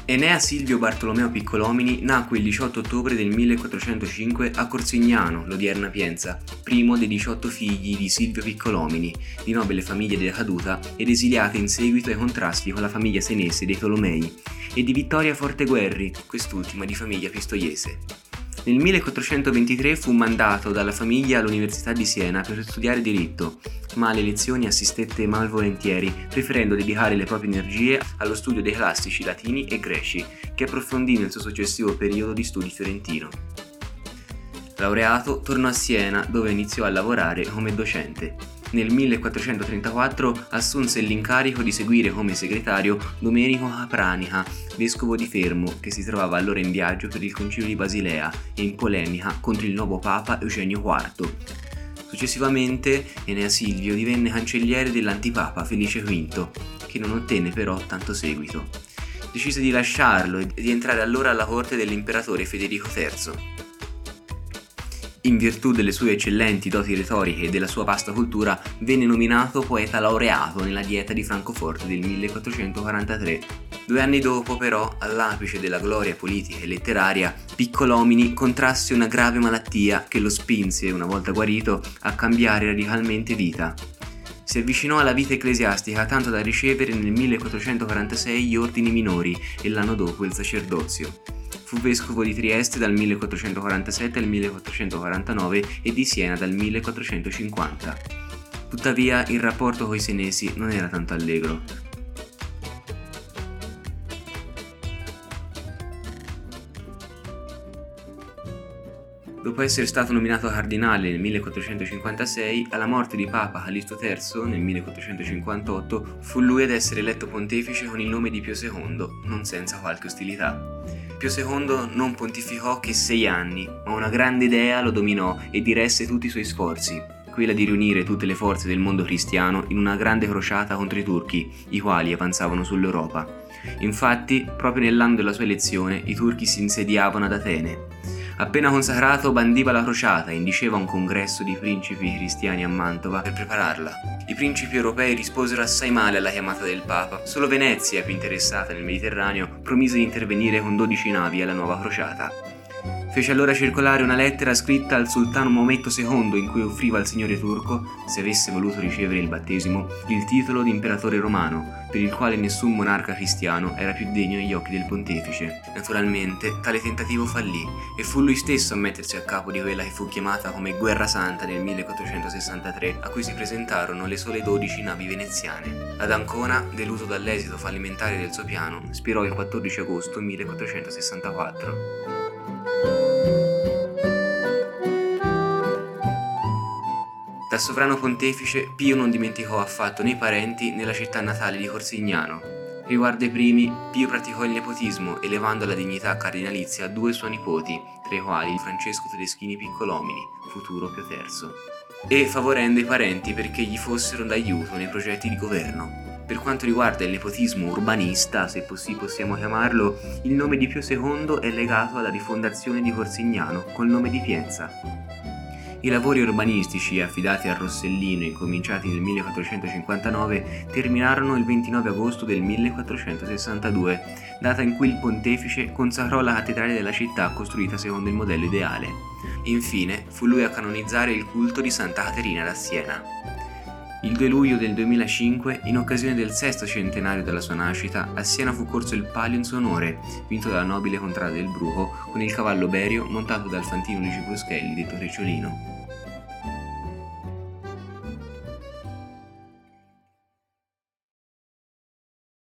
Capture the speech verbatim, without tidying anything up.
Enea Silvio Bartolomeo Piccolomini nacque il diciotto ottobre del millequattrocentocinque a Corsignano, l'odierna Pienza, primo dei diciotto figli di Silvio Piccolomini, di nobile famiglia decaduta ed esiliata in seguito ai contrasti con la famiglia senese dei Tolomei, e di Vittoria Forteguerri, quest'ultima di famiglia pistoiese. Nel millequattrocentoventitré fu mandato dalla famiglia all'Università di Siena per studiare diritto, ma alle lezioni assistette malvolentieri, preferendo dedicare le proprie energie allo studio dei classici latini e greci, che approfondì nel suo successivo periodo di studi fiorentino. Laureato, tornò a Siena, dove iniziò a lavorare come docente. Nel millequattrocentotrentaquattro assunse l'incarico di seguire come segretario Domenico Capranica, vescovo di Fermo, che si trovava allora in viaggio per il Concilio di Basilea e in polemica contro il nuovo Papa Eugenio quarto. Successivamente Enea Silvio divenne cancelliere dell'antipapa Felice quinto, che non ottenne però tanto seguito. Decise di lasciarlo e di entrare allora alla corte dell'imperatore Federico terzo. In virtù delle sue eccellenti doti retoriche e della sua vasta cultura, venne nominato poeta laureato nella Dieta di Francoforte del millequattrocentoquarantatré. Due anni dopo, però, all'apice della gloria politica e letteraria, Piccolomini contrasse una grave malattia che lo spinse, una volta guarito, a cambiare radicalmente vita. Si avvicinò alla vita ecclesiastica tanto da ricevere nel millequattrocentoquarantasei gli ordini minori e l'anno dopo il sacerdozio. Fu vescovo di Trieste dal millequattrocentoquarantasette al millequattrocentoquarantanove e di Siena dal millequattrocentocinquanta. Tuttavia il rapporto coi senesi non era tanto allegro. Dopo essere stato nominato cardinale nel millequattrocentocinquantasei, alla morte di Papa Callisto terzo nel millequattrocentocinquantotto fu lui ad essere eletto pontefice con il nome di Pio secondo, non senza qualche ostilità. Pio secondo non pontificò che sei anni, ma una grande idea lo dominò e diresse tutti i suoi sforzi, quella di riunire tutte le forze del mondo cristiano in una grande crociata contro i turchi, i quali avanzavano sull'Europa. Infatti, proprio nell'anno della sua elezione, i turchi si insediavano ad Atene. Appena consacrato, bandiva la crociata e indiceva un congresso di principi cristiani a Mantova per prepararla. I principi europei risposero assai male alla chiamata del Papa. Solo Venezia, più interessata nel Mediterraneo, promise di intervenire con dodici navi alla nuova crociata. Fece allora circolare una lettera scritta al sultano Maometto secondo in cui offriva al signore turco, se avesse voluto ricevere il battesimo, il titolo di imperatore romano, per il quale nessun monarca cristiano era più degno agli occhi del pontefice. Naturalmente, tale tentativo fallì e fu lui stesso a mettersi a capo di quella che fu chiamata come Guerra Santa nel millequattrocentosessantatré, a cui si presentarono le sole dodici navi veneziane. Ad Ancona, deluso dall'esito fallimentare del suo piano, spirò il quattordici agosto millequattrocentosessantaquattro. Da sovrano pontefice, Pio non dimenticò affatto né i parenti né la città natale di Corsignano. Riguardo ai primi, Pio praticò il nepotismo, elevando alla dignità cardinalizia due suoi nipoti, tra i quali Francesco Tedeschini Piccolomini, futuro Pio terzo, e favorendo i parenti perché gli fossero d'aiuto nei progetti di governo. Per quanto riguarda il nepotismo urbanista, se così possiamo chiamarlo, il nome di Pio secondo è legato alla rifondazione di Corsignano col nome di Pienza. I lavori urbanistici affidati a Rossellino, incominciati nel millequattrocentocinquantanove, terminarono il ventinove agosto del millequattrocentosessantadue, data in cui il pontefice consacrò la cattedrale della città costruita secondo il modello ideale. Infine, fu lui a canonizzare il culto di Santa Caterina da Siena. Il due luglio del duemilacinque, in occasione del sesto centenario della sua nascita, a Siena fu corso il Palio in suo onore, vinto dalla nobile contrada del Bruco, con il cavallo Berio montato dal fantino Luigi Bruschelli, detto Trecciolino.